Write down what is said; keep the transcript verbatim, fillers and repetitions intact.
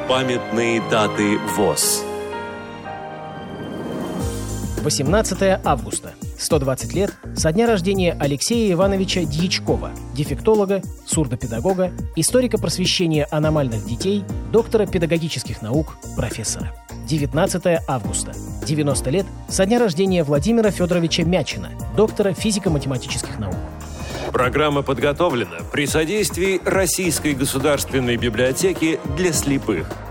Памятные даты ВОС. восемнадцатое августа. сто двадцать лет со дня рождения Алексея Ивановича Дьячкова, дефектолога, сурдопедагога, историка просвещения аномальных детей, доктора педагогических наук, профессора. девятнадцатое августа. девяносто лет со дня рождения Владимира Федоровича Мячина, доктора физико-математических наук. Программа подготовлена при содействии Российской государственной библиотеки для слепых.